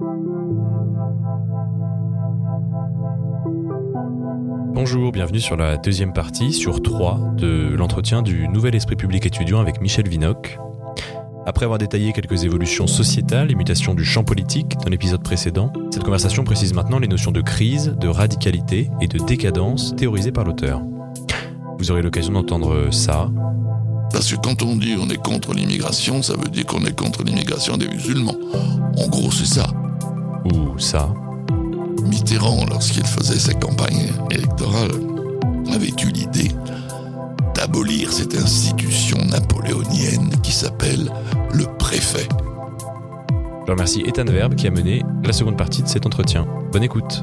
Bonjour, bienvenue sur la deuxième partie, sur 3, de l'entretien du Nouvel Esprit public étudiant avec Michel Vinocq. Après avoir détaillé quelques évolutions sociétales et mutations du champ politique dans l'épisode précédent, cette conversation précise maintenant les notions de crise, de radicalité et de décadence théorisées par l'auteur. Vous aurez l'occasion d'entendre ça. Parce que quand on dit on est contre l'immigration, ça veut dire qu'on est contre l'immigration des musulmans. En gros, c'est ça. Ou ça. Mitterrand, lorsqu'il faisait sa campagne électorale, avait eu l'idée d'abolir cette institution napoléonienne qui s'appelle le préfet. Je remercie Ethan Verbe qui a mené la seconde partie de cet entretien. Bonne écoute.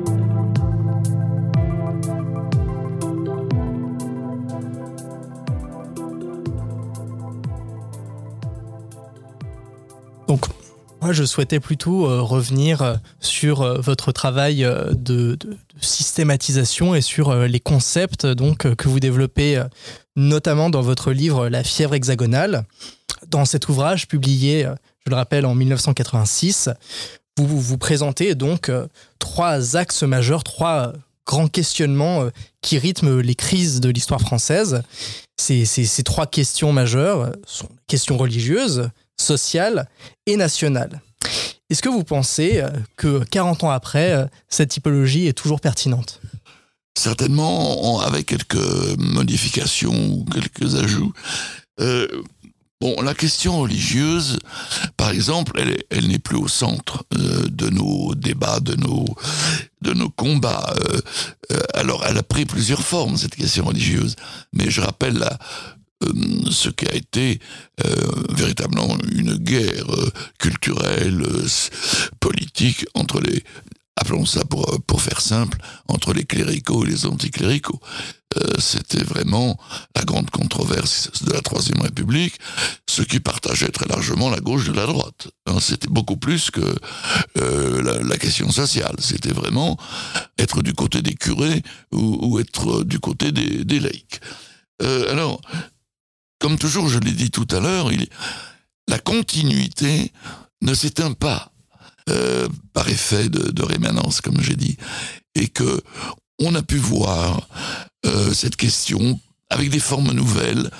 Donc, moi, je souhaitais plutôt revenir sur votre travail de systématisation et sur les concepts donc, que vous développez notamment dans votre livre « La fièvre hexagonale ». Dans cet ouvrage publié, je le rappelle, en 1986, vous présentez donc 3 axes majeurs, 3 grands questionnements qui rythment les crises de l'histoire française. Ces 3 questions majeures sont questions religieuses, sociale et nationale. Est-ce que vous pensez que 40 ans après, cette typologie est toujours pertinente ? Certainement, avec quelques modifications ou quelques ajouts. La question religieuse, par exemple, elle n'est plus au centre de nos débats, de nos combats. Alors, elle a pris plusieurs formes, cette question religieuse. Mais je rappelle ce qui a été véritablement une guerre culturelle, politique entre les, appelons ça pour faire simple, entre les cléricaux et les anticléricaux. C'était vraiment la grande controverse de la Troisième République, ce qui partageait très largement la gauche de la droite. C'était beaucoup plus que la question sociale. C'était vraiment être du côté des curés ou être du côté des laïcs. Alors, comme toujours, je l'ai dit tout à l'heure, la continuité ne s'éteint pas par effet de rémanence, comme j'ai dit, et que on a pu voir cette question avec des formes nouvelles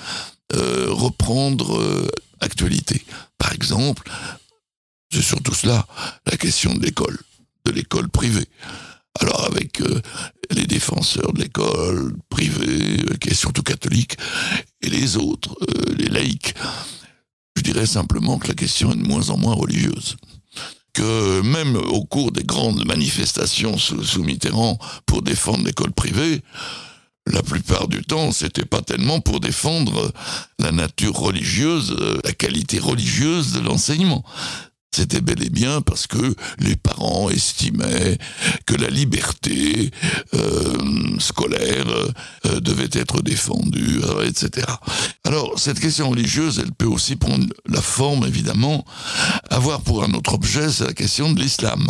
reprendre actualité. Par exemple, c'est surtout cela, la question de l'école privée. Alors avec les défenseurs de l'école privée, qui est surtout catholique, et les autres, les laïcs, je dirais simplement que la question est de moins en moins religieuse. Que même au cours des grandes manifestations sous Mitterrand pour défendre l'école privée, la plupart du temps, c'était pas tellement pour défendre la nature religieuse, la qualité religieuse de l'enseignement. C'était bel et bien parce que les parents estimaient que la liberté scolaire devait être défendue, etc. Alors, cette question religieuse, elle peut aussi prendre la forme, évidemment, avoir pour un autre objet, c'est la question de l'islam.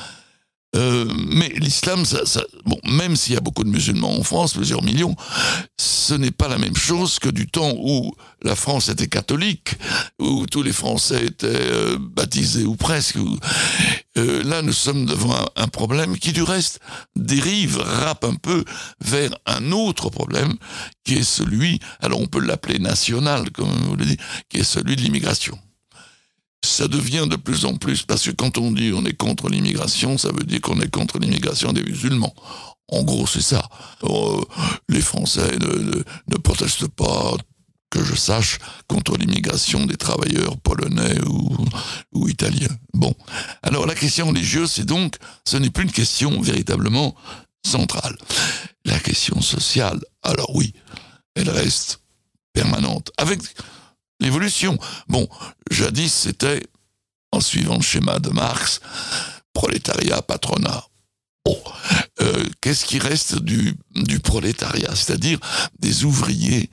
Mais l'islam, même s'il y a beaucoup de musulmans en France, plusieurs millions, ce n'est pas la même chose que du temps où la France était catholique, où tous les Français étaient baptisés ou presque. Là, nous sommes devant un problème qui, du reste, rappe un peu vers un autre problème, qui est celui, alors on peut l'appeler national, comme vous le dites, qui est celui de l'immigration. Ça devient de plus en plus, parce que quand on dit on est contre l'immigration, ça veut dire qu'on est contre l'immigration des musulmans. En gros, c'est ça. Les Français ne protestent pas, que je sache, contre l'immigration des travailleurs polonais ou italiens. Bon. Alors, la question religieuse, ce n'est plus une question véritablement centrale. La question sociale, alors oui, elle reste permanente. Avec l'évolution. Bon, jadis, c'était, en suivant le schéma de Marx, prolétariat, patronat. Bon, qu'est-ce qui reste du prolétariat, c'est-à-dire des ouvriers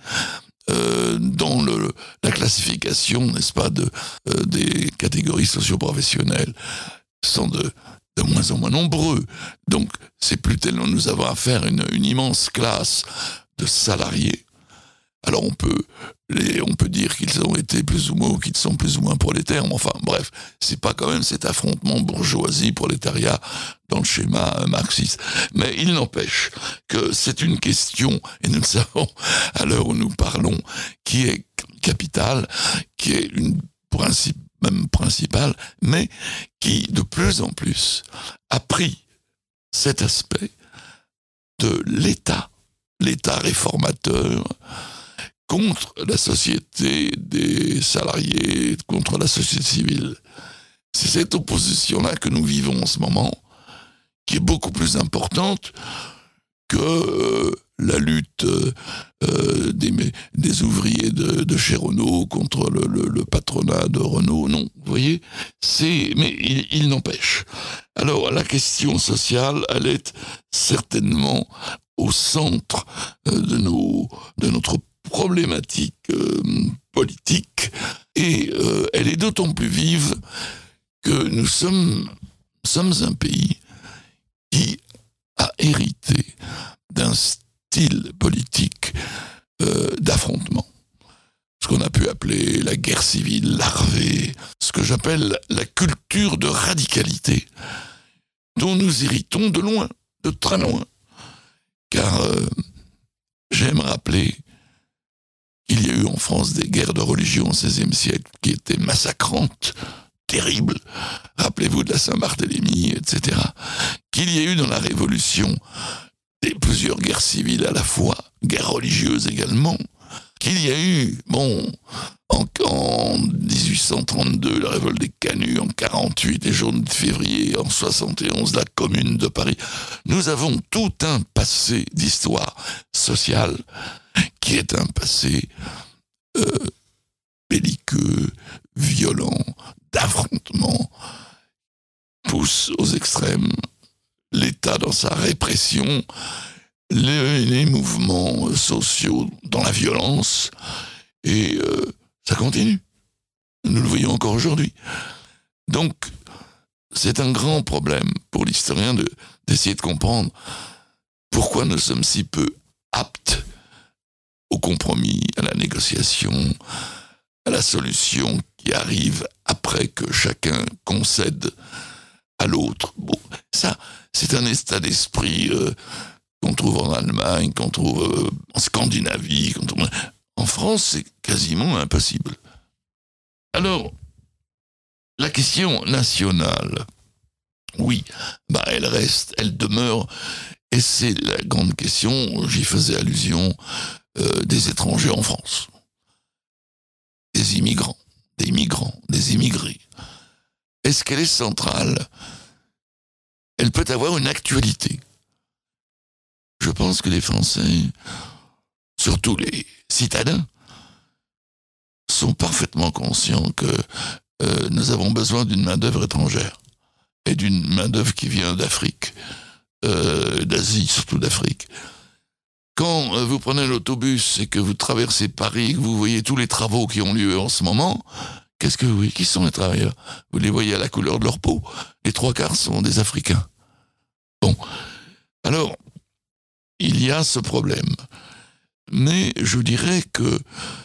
dans la classification, n'est-ce pas, des catégories socio-professionnelles sont de moins en moins nombreux. Donc, c'est plus tellement nous avons affaire à une immense classe de salariés Alors on peut dire qu'ils ont été plus ou moins, ou qu'ils sont plus ou moins prolétaires, mais enfin bref, c'est pas quand même cet affrontement bourgeoisie-prolétariat dans le schéma marxiste. Mais il n'empêche que c'est une question, et nous le savons à l'heure où nous parlons, qui est capitale, qui est même principale, mais qui de plus en plus a pris cet aspect de l'État réformateur, contre la société des salariés, contre la société civile. C'est cette opposition-là que nous vivons en ce moment, qui est beaucoup plus importante que la lutte des ouvriers de chez Renault contre le patronat de Renault. Non, vous voyez, mais il n'empêche. Alors, la question sociale, elle est certainement au centre de notre problématique politique, et elle est d'autant plus vive que nous sommes un pays qui a hérité d'un style politique d'affrontement. Ce qu'on a pu appeler la guerre civile larvée, ce que j'appelle la culture de radicalité, dont nous héritons de loin, de très loin. Car j'aime rappeler qu'il y a eu en France des guerres de religion au XVIe siècle qui étaient massacrantes, terribles. Rappelez-vous de la Saint-Barthélemy, etc. Qu'il y a eu dans la Révolution plusieurs guerres civiles à la fois, guerres religieuses également. Qu'il y a eu, en 1832, la révolte des Canuts, en 48, les jours de février, en 71, la Commune de Paris. Nous avons tout un passé d'histoire sociale qui est un passé belliqueux, violent, d'affrontement, pousse aux extrêmes, l'État dans sa répression, les mouvements sociaux dans la violence, et ça continue. Nous le voyons encore aujourd'hui. Donc, c'est un grand problème pour l'historien d'essayer de comprendre pourquoi nous sommes si peu aptes au compromis, à la négociation, à la solution qui arrive après que chacun concède à l'autre. Bon, ça, c'est un état d'esprit qu'on trouve en Allemagne, qu'on trouve en Scandinavie, en France, c'est quasiment impossible. Alors, la question nationale, oui, elle reste, elle demeure, et c'est la grande question, j'y faisais allusion, des étrangers en France. Des immigrants, des migrants, des immigrés. Est-ce qu'elle est centrale ? Elle peut avoir une actualité. Je pense que les Français, surtout les citadins, sont parfaitement conscients que nous avons besoin d'une main-d'œuvre étrangère, et d'une main-d'œuvre qui vient d'Afrique, d'Asie, surtout d'Afrique. Quand vous prenez l'autobus et que vous traversez Paris, que vous voyez tous les travaux qui ont lieu en ce moment, qu'est-ce que vous voyez ? Qui sont les travailleurs ? Vous les voyez à la couleur de leur peau. Les 3/4 sont des Africains. Bon, alors, il y a ce problème. Mais je dirais que,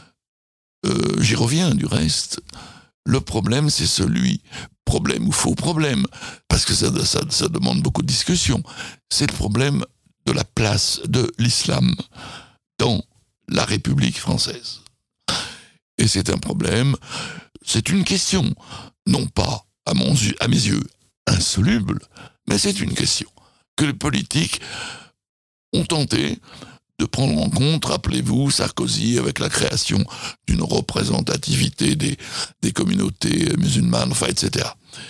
j'y reviens du reste, le problème c'est problème ou faux problème, parce que ça demande beaucoup de discussion, c'est le problème de la place de l'islam dans la République française. Et c'est un problème, c'est une question, non pas à mes yeux insoluble, mais c'est une question que les politiques ont tenté de prendre en compte. Rappelez-vous, Sarkozy, avec la création d'une représentativité des communautés musulmanes, etc.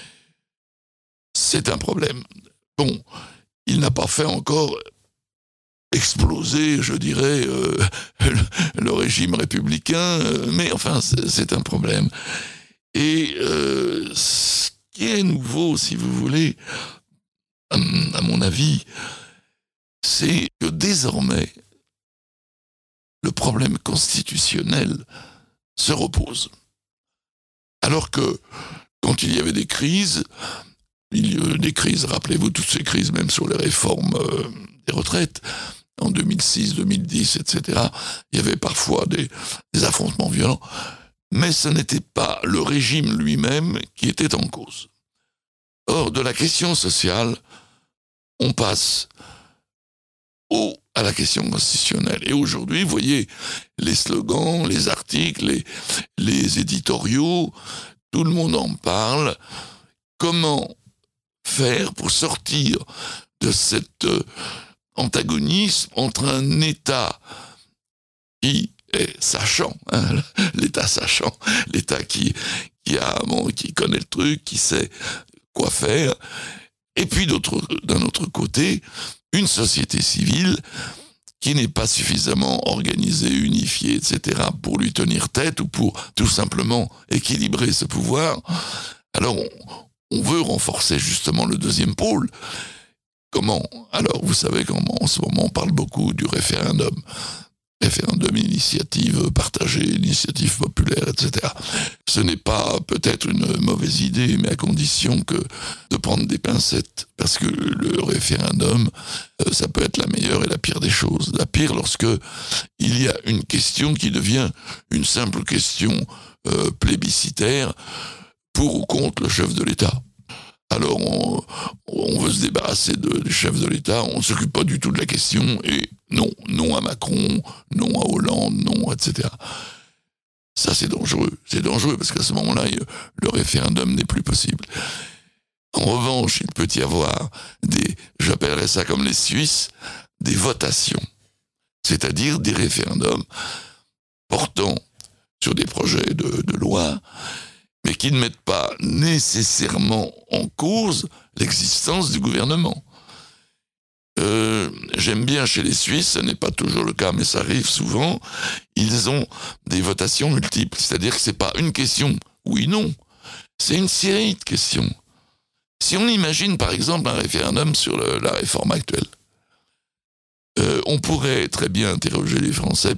C'est un problème. Bon, il n'a pas fait encore exploser, je dirais, le régime républicain, mais enfin, c'est un problème. Et ce qui est nouveau, si vous voulez, à mon avis, c'est que désormais, le problème constitutionnel se repose. Alors que, quand il y avait des crises, rappelez-vous toutes ces crises, même sur les réformes des retraites, en 2006, 2010, etc., il y avait parfois des affrontements violents, mais ce n'était pas le régime lui-même qui était en cause. Or, de la question sociale, on passe à la question constitutionnelle. Et aujourd'hui, vous voyez, les slogans, les articles, les éditoriaux, tout le monde en parle. Comment faire pour sortir de cet antagonisme entre un État qui est sachant, l'État sachant, l'État qui connaît le truc, qui sait quoi faire, et puis d'un autre côté, une société civile qui n'est pas suffisamment organisée, unifiée, etc., pour lui tenir tête ou pour tout simplement équilibrer ce pouvoir. Alors, on veut renforcer justement le deuxième pôle. Comment ? Alors, vous savez comment en ce moment on parle beaucoup du référendum. Référendum, initiative partagée, initiative populaire, etc. Ce n'est pas peut-être une mauvaise idée, mais à condition de prendre des pincettes. Parce que le référendum, ça peut être la meilleure et la pire des choses. La pire lorsque il y a une question qui devient une simple question plébiscitaire pour ou contre le chef de l'État. Alors on veut se débarrasser du chef de l'État, on ne s'occupe pas du tout de la question, et non à Macron, non à Hollande, non, etc. Ça c'est dangereux parce qu'à ce moment-là, le référendum n'est plus possible. En revanche, il peut y avoir j'appellerais ça comme les Suisses, des votations, c'est-à-dire des référendums portant sur des projets de loi, mais qui ne mettent pas nécessairement en cause l'existence du gouvernement. J'aime bien chez les Suisses, ce n'est pas toujours le cas, mais ça arrive souvent, ils ont des votations multiples, c'est-à-dire que c'est pas une question oui/non, c'est une série de questions. Si on imagine par exemple un référendum sur la réforme actuelle, on pourrait très bien interroger les Français,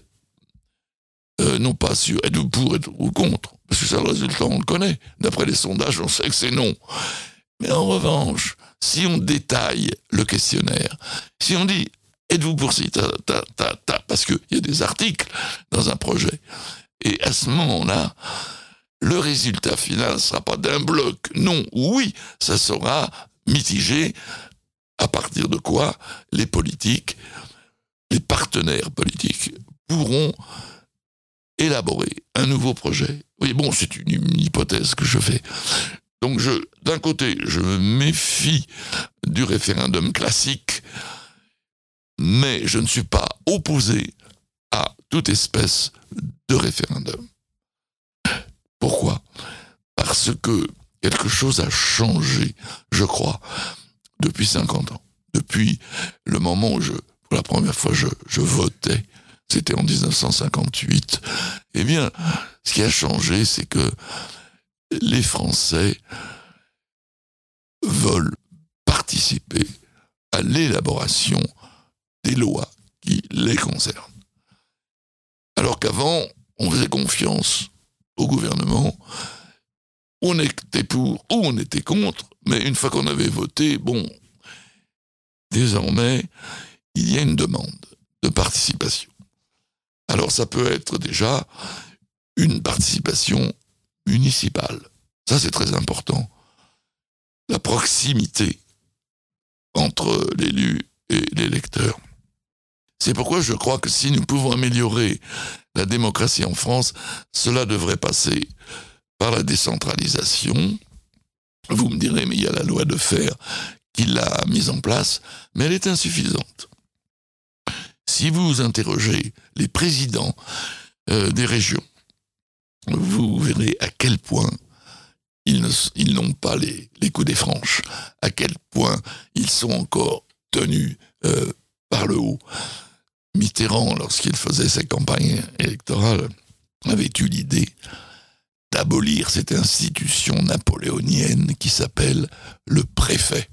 non pas sur êtes-vous pour, êtes-vous contre, parce que ça, le résultat, on le connaît. D'après les sondages, on sait que c'est non. Mais en revanche, si on détaille le questionnaire, si on dit êtes-vous pour si parce qu'il y a des articles dans un projet, et à ce moment-là, le résultat final ne sera pas d'un bloc non ou oui, ça sera mitigé à partir de quoi les partenaires politiques pourront élaborer un nouveau projet. Oui, bon, c'est une hypothèse que je fais. Donc, d'un côté, je me méfie du référendum classique, mais je ne suis pas opposé à toute espèce de référendum. Pourquoi ? Parce que quelque chose a changé, je crois, depuis 50 ans. Depuis le moment où pour la première fois, je votais, c'était en 1958. Eh bien, ce qui a changé, c'est que les Français veulent participer à l'élaboration des lois qui les concernent. Alors qu'avant, on faisait confiance au gouvernement, on était pour ou on était contre, mais une fois qu'on avait voté, désormais, il y a une demande de participation. Alors ça peut être déjà une participation municipale. Ça, c'est très important. La proximité entre l'élu et l'électeur. C'est pourquoi je crois que si nous pouvons améliorer la démocratie en France, cela devrait passer par la décentralisation. Vous me direz, mais il y a la loi de Fer qui l'a mise en place, mais elle est insuffisante. Si vous interrogez les présidents des régions, vous verrez à quel point ils n'ont pas les coups des franches, à quel point ils sont encore tenus par le haut. Mitterrand, lorsqu'il faisait sa campagne électorale, avait eu l'idée d'abolir cette institution napoléonienne qui s'appelle le préfet.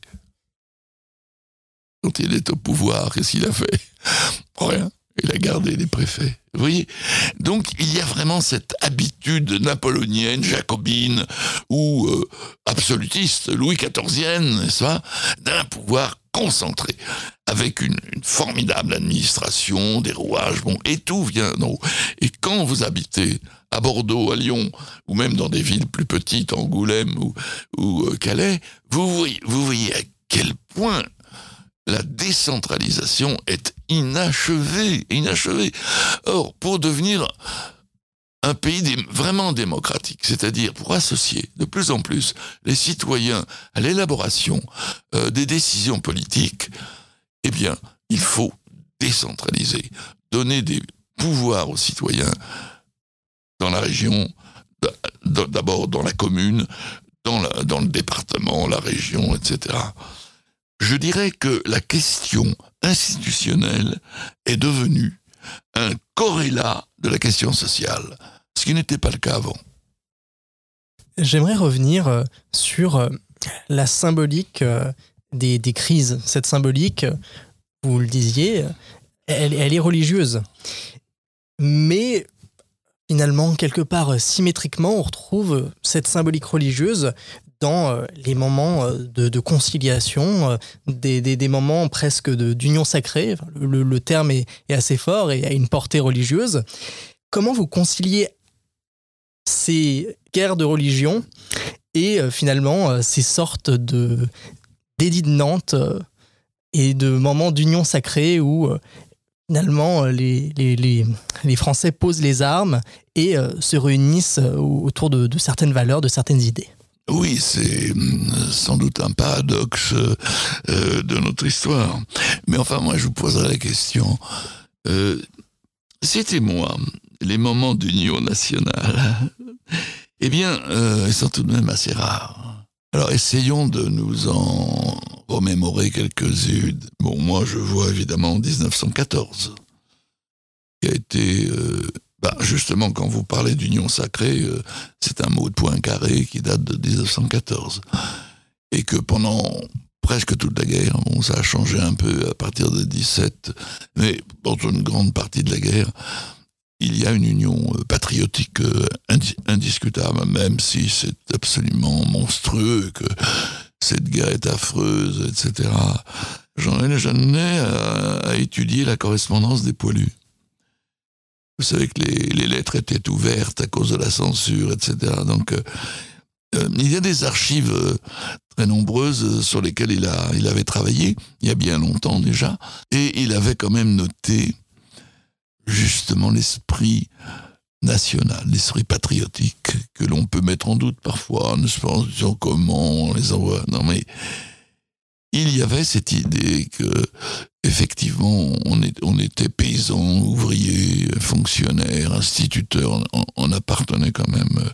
Quand il est au pouvoir, qu'est-ce qu'il a fait ? Rien. Il a gardé les préfets. Vous voyez ? Donc, il y a vraiment cette habitude napoléonienne, jacobine ou absolutiste, Louis XIVienne, n'est-ce pas ? D'un pouvoir concentré. avec une formidable administration, des rouages, et tout vient d'en haut. Et quand vous habitez à Bordeaux, à Lyon, ou même dans des villes plus petites, Angoulême ou Calais, vous voyez à quel point la décentralisation est inachevée. Or, pour devenir un pays vraiment démocratique, c'est-à-dire pour associer de plus en plus les citoyens à l'élaboration des décisions politiques, eh bien, il faut décentraliser, donner des pouvoirs aux citoyens dans la région, d'abord dans la commune, dans le département, la région, etc. Je dirais que la question institutionnelle est devenue un corrélat de la question sociale, ce qui n'était pas le cas avant. J'aimerais revenir sur la symbolique des crises. Cette symbolique, vous le disiez, elle est religieuse. Mais finalement, quelque part, symétriquement, on retrouve cette symbolique religieuse dans les moments de conciliation, des moments presque d'union sacrée. Le terme est assez fort et a une portée religieuse. Comment vous conciliez ces guerres de religion et finalement ces sortes d'édits de Nantes et de moments d'union sacrée où finalement les Français posent les armes et se réunissent autour de certaines valeurs, de certaines idées? Oui, c'est sans doute un paradoxe de notre histoire. Mais enfin, moi, je vous poserai la question. Citez-moi les moments d'union nationale. Eh bien, ils sont tout de même assez rares. Alors, essayons de nous en remémorer quelques-unes. Bon, moi, je vois évidemment 1914, qui a été... justement, quand vous parlez d'union sacrée, c'est un mot de Poincaré qui date de 1914. Et que pendant presque toute la guerre, ça a changé un peu à partir de 17, mais dans une grande partie de la guerre, il y a une union patriotique indiscutable, même si c'est absolument monstrueux, que cette guerre est affreuse, etc. J'en ai à étudier la correspondance des poilus. Vous savez que les lettres étaient ouvertes à cause de la censure, etc. Donc, il y a des archives très nombreuses sur lesquelles il avait travaillé, il y a bien longtemps déjà, et il avait quand même noté justement l'esprit national, l'esprit patriotique, que l'on peut mettre en doute parfois, ne se pas en disant comment on les envoie. Non, mais il y avait cette idée que, effectivement, on était paysans, ouvriers, fonctionnaires, instituteurs, on appartenait quand même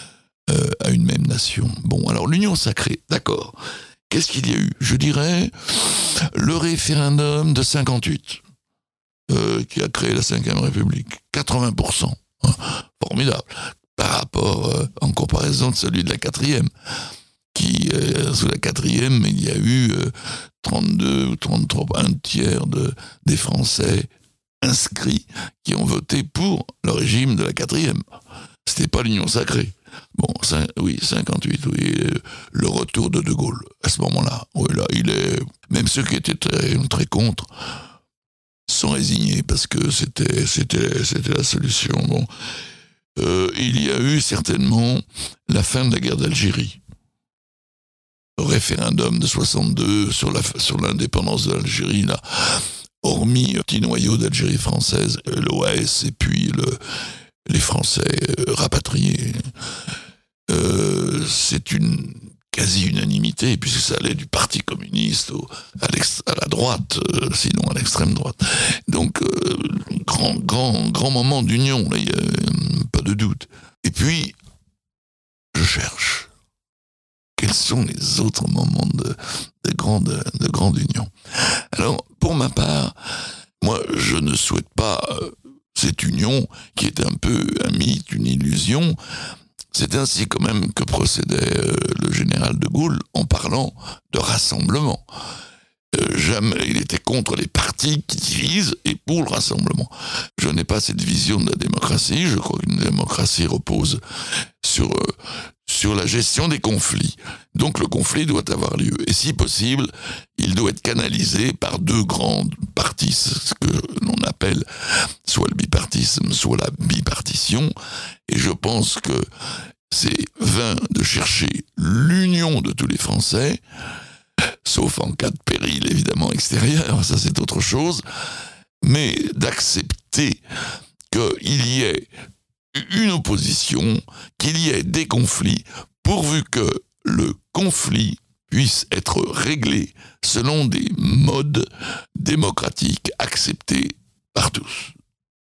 à une même nation. Bon, alors l'union sacrée, d'accord. Qu'est-ce qu'il y a eu ? Je dirais le référendum de 58, qui a créé la Ve République. 80%. Formidable. Par rapport, en comparaison de celui de la 4e. Qui, sous la 4e, il y a eu 32 ou 33, un tiers des Français inscrits qui ont voté pour le régime de la 4e. C'était pas l'union sacrée. Bon, 58, oui, le retour de De Gaulle, à ce moment-là. Oui, là, même ceux qui étaient très, très contre sont résignés parce que c'était la solution. Bon. Il y a eu certainement la fin de la guerre d'Algérie. Référendum de 62 sur l'indépendance de l'Algérie, là, hormis un petit noyau d'Algérie française, l'OAS et puis les Français rapatriés, c'est une quasi-unanimité, puisque ça allait du Parti communiste à la droite, sinon à l'extrême droite. Donc, grand moment d'union, là, il n'y a pas de doute. Et puis, je cherche. Quels sont les autres moments de grande union ? Alors, pour ma part, moi, je ne souhaite pas cette union qui est un peu un mythe, une illusion. C'est ainsi quand même que procédait le général de Gaulle en parlant de rassemblement. Jamais il était contre les partis qui divisent et pour le rassemblement. Je n'ai pas cette vision de la démocratie. Je crois qu'une démocratie repose sur sur la gestion des conflits. Donc le conflit doit avoir lieu. Et si possible, il doit être canalisé par deux grandes parties, ce que l'on appelle soit le bipartisme, soit la bipartition. Et je pense que c'est vain de chercher l'union de tous les Français, sauf en cas de péril évidemment extérieur, ça c'est autre chose, mais d'accepter qu'il y ait une opposition, qu'il y ait des conflits, pourvu que le conflit puisse être réglé selon des modes démocratiques acceptés par tous.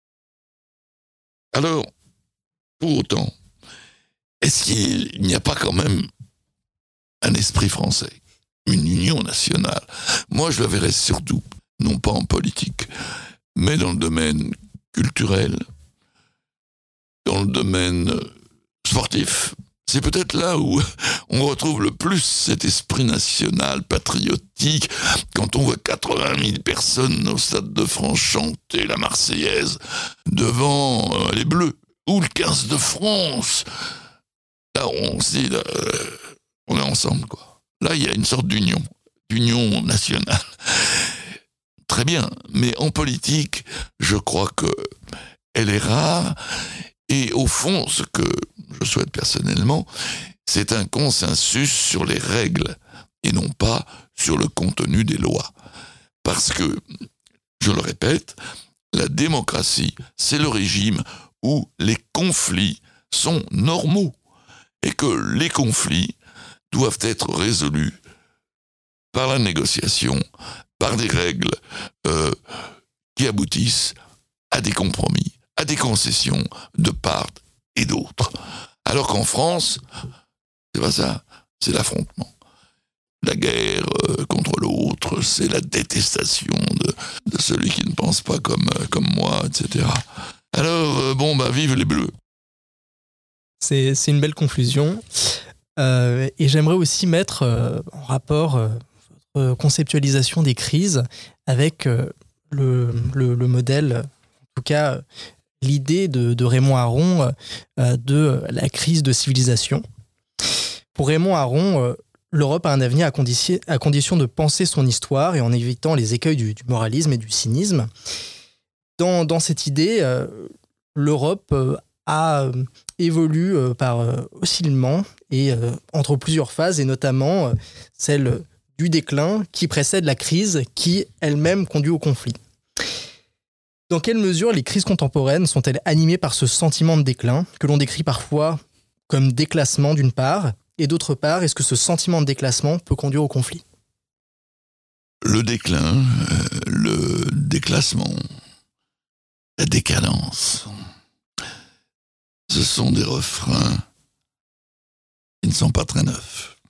Alors, pour autant, est-ce qu'il n'y a pas quand même un esprit français, une union nationale? Moi, je le verrais surtout, non pas en politique, mais dans le domaine culturel, dans le domaine sportif. C'est peut-être là où on retrouve le plus cet esprit national, patriotique, quand on voit 80 000 personnes au Stade de France chanter la Marseillaise devant les Bleus, ou le 15 de France. Là, on se dit, on est ensemble, quoi. Là, il y a une sorte d'union nationale. Très bien, mais en politique, je crois qu'elle est rare. Et au fond, ce que je souhaite personnellement, c'est un consensus sur les règles et non pas sur le contenu des lois. Parce que, je le répète, la démocratie, c'est le régime où les conflits sont normaux et que les conflits doivent être résolus par la négociation, par des règles qui aboutissent à des compromis, à des concessions de part et d'autre. Alors qu'en France, c'est pas ça, c'est l'affrontement. La guerre contre l'autre, c'est la détestation de celui qui ne pense pas comme moi, etc. Alors, vive les Bleus. C'est une belle conclusion. Et j'aimerais aussi mettre en rapport votre conceptualisation des crises avec le modèle, en tout cas l'idée de Raymond Aron de la crise de civilisation. Pour Raymond Aron, l'Europe a un avenir à condition de penser son histoire et en évitant les écueils du moralisme et du cynisme. Dans cette idée, l'Europe évolue par oscillement et entre plusieurs phases, et notamment celle du déclin qui précède la crise qui elle-même conduit au conflit. Dans quelle mesure les crises contemporaines sont-elles animées par ce sentiment de déclin, que l'on décrit parfois comme déclassement d'une part, et d'autre part, est-ce que ce sentiment de déclassement peut conduire au conflit ? Le déclin, le déclassement, la décadence, ce sont des refrains qui ne sont pas très neufs.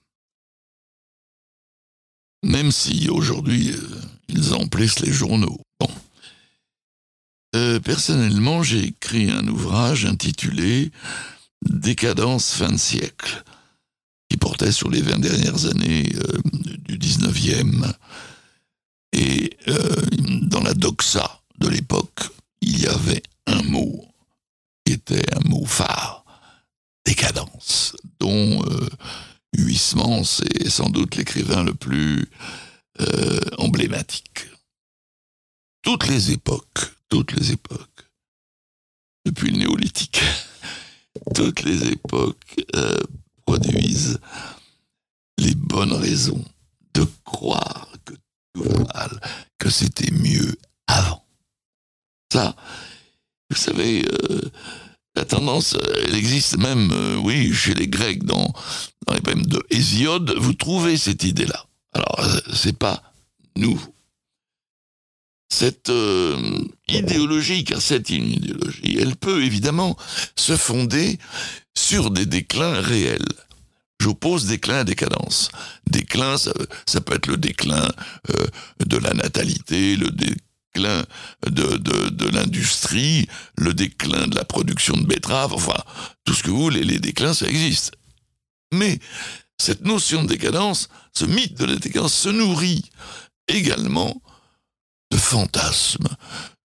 Même si aujourd'hui, ils emplissent les journaux. Bon. Personnellement, j'ai écrit un ouvrage intitulé « Décadence fin de siècle », qui portait sur les 20 dernières années du 19e. Et dans la doxa de l'époque, il y avait un mot qui était un mot phare, décadence, dont Huysmans est sans doute l'écrivain le plus emblématique. Toutes les époques, depuis le néolithique, toutes les époques produisent les bonnes raisons de croire que tout va mal, que c'était mieux avant. Ça, vous savez, la tendance, elle existe même, chez les Grecs, dans les poèmes de Hésiode, vous trouvez cette idée-là. Alors, c'est pas nouveau. Cette idéologie, car c'est une idéologie, elle peut évidemment se fonder sur des déclins réels. J'oppose déclin à décadence. Déclin, ça peut être le déclin de la natalité, le déclin de l'industrie, le déclin de la production de betteraves, enfin, tout ce que vous voulez, les déclins, ça existe. Mais cette notion de décadence, ce mythe de la décadence se nourrit également de fantasmes,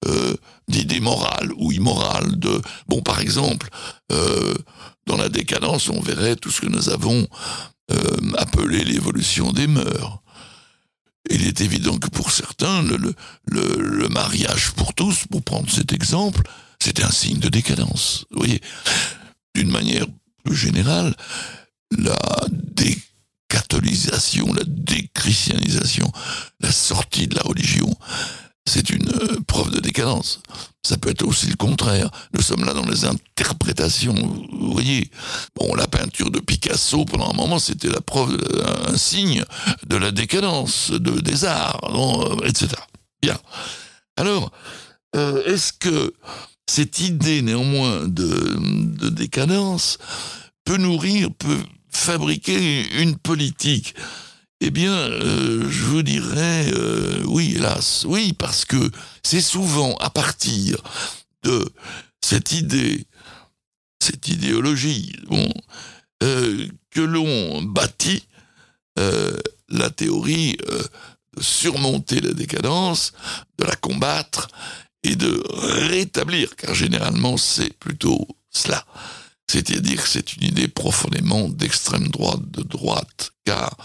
d'idées morales ou immorales. Par exemple, dans la décadence, on verrait tout ce que nous avons appelé l'évolution des mœurs. Il est évident que pour certains, le mariage pour tous, pour prendre cet exemple, c'était un signe de décadence. Vous voyez, d'une manière plus générale, la décatholisation, la déchristianisation, la sortie de la religion, c'est une preuve de décadence. Ça peut être aussi le contraire. Nous sommes là dans les interprétations. Vous voyez, la peinture de Picasso, pendant un moment, c'était la preuve, un signe de la décadence des arts, etc. Bien. Alors, est-ce que cette idée, néanmoins, de décadence peut fabriquer une politique? Eh bien, je vous dirais oui, hélas. Oui, parce que c'est souvent à partir de cette idéologie, que l'on bâtit la théorie de surmonter la décadence, de la combattre et de rétablir, car généralement c'est plutôt cela. C'est-à-dire que c'est une idée profondément d'extrême droite, de droite, car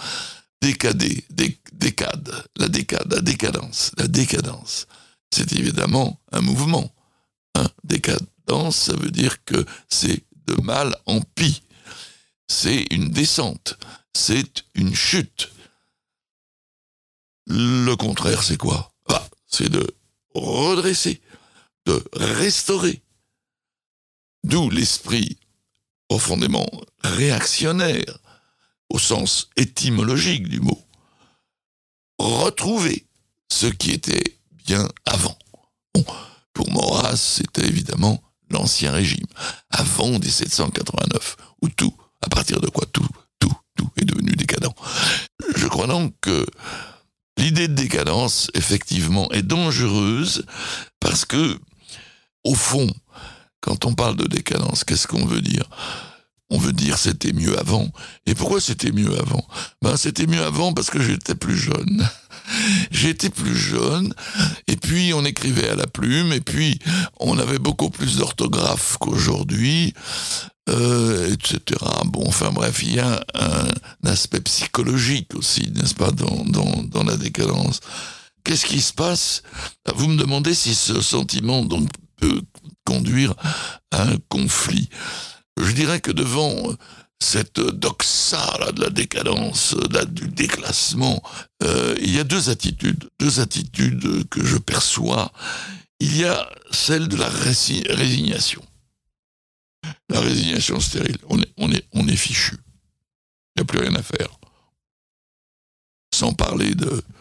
la décadence, c'est évidemment un mouvement. Décadence, ça veut dire que c'est de mal en pis. C'est une descente, c'est une chute. Le contraire, c'est quoi ? C'est de redresser, de restaurer. D'où l'esprit profondément réactionnaire, au sens étymologique du mot. Retrouver ce qui était bien avant. Pour Maurras, c'était évidemment l'Ancien Régime, avant 1789, où tout, à partir de quoi tout est devenu décadent. Je crois donc que l'idée de décadence, effectivement, est dangereuse, parce que, au fond, quand on parle de décadence, qu'est-ce qu'on veut dire ? On veut dire c'était mieux avant. Et pourquoi c'était mieux avant ? C'était mieux avant parce que j'étais plus jeune. J'étais plus jeune, et puis on écrivait à la plume, et puis on avait beaucoup plus d'orthographe qu'aujourd'hui, etc. Bref, il y a un aspect psychologique aussi, n'est-ce pas, dans la décadence. Qu'est-ce qui se passe ? Vous me demandez si ce sentiment donc peut conduire à un conflit. Je dirais que devant cette doxa là, de la décadence, du déclassement, il y a deux attitudes que je perçois. Il y a celle de la résignation. La résignation stérile. On est fichu. Il n'y a plus rien à faire. Sans parler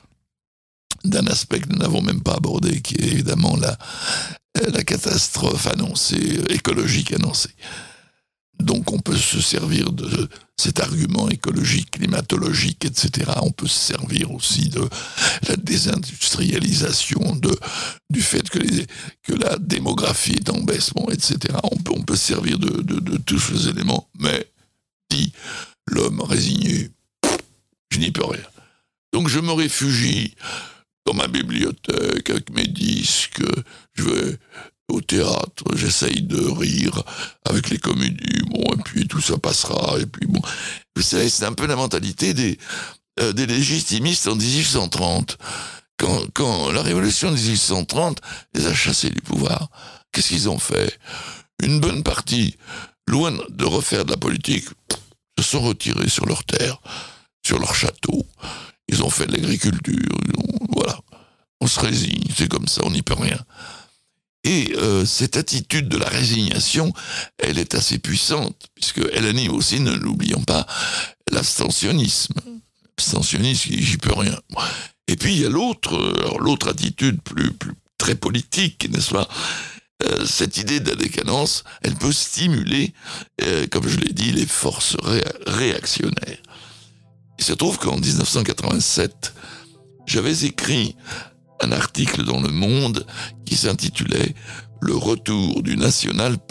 d'un aspect que nous n'avons même pas abordé, qui est évidemment la catastrophe annoncée, écologique annoncée. Donc on peut se servir de cet argument écologique, climatologique, etc. On peut se servir aussi de la désindustrialisation, du fait que la démographie est en baissement, etc. On peut se servir de tous ces éléments, mais dit l'homme résigné, je n'y peux rien. Donc je me réfugie dans ma bibliothèque avec mes disques, je vais au théâtre, j'essaye de rire avec les comédies, et puis tout ça passera, et puis vous savez, c'est un peu la mentalité des légitimistes en 1830. Quand la révolution de 1830 les a chassés du pouvoir, qu'est-ce qu'ils ont fait ? Une bonne partie, loin de refaire de la politique, se sont retirés sur leurs terres, sur leurs châteaux. Ils ont fait de l'agriculture, voilà. On se résigne, c'est comme ça, on n'y peut rien. Et cette attitude de la résignation, elle est assez puissante, puisqu'elle anime aussi, ne l'oublions pas, l'abstentionnisme. L'abstentionnisme, j'y peux rien. Et puis il y a l'autre attitude plus très politique, n'est-ce pas ? Cette idée de la décadence, elle peut stimuler, comme je l'ai dit, les forces réactionnaires. Il se trouve qu'en 1987, j'avais écrit un article dans Le Monde qui s'intitulait « Le retour du national-populisme ».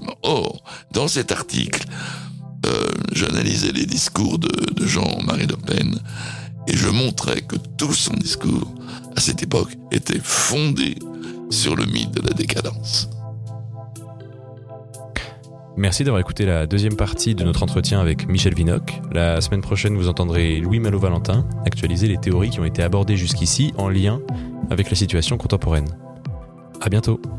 Or, dans cet article, j'analysais les discours de Jean-Marie Le Pen et je montrais que tout son discours, à cette époque, était fondé sur le mythe de la décadence. Merci d'avoir écouté la deuxième partie de notre entretien avec Michel Vinocq. La semaine prochaine, vous entendrez Louis Malo-Valentin actualiser les théories qui ont été abordées jusqu'ici en lien avec la situation contemporaine. À bientôt.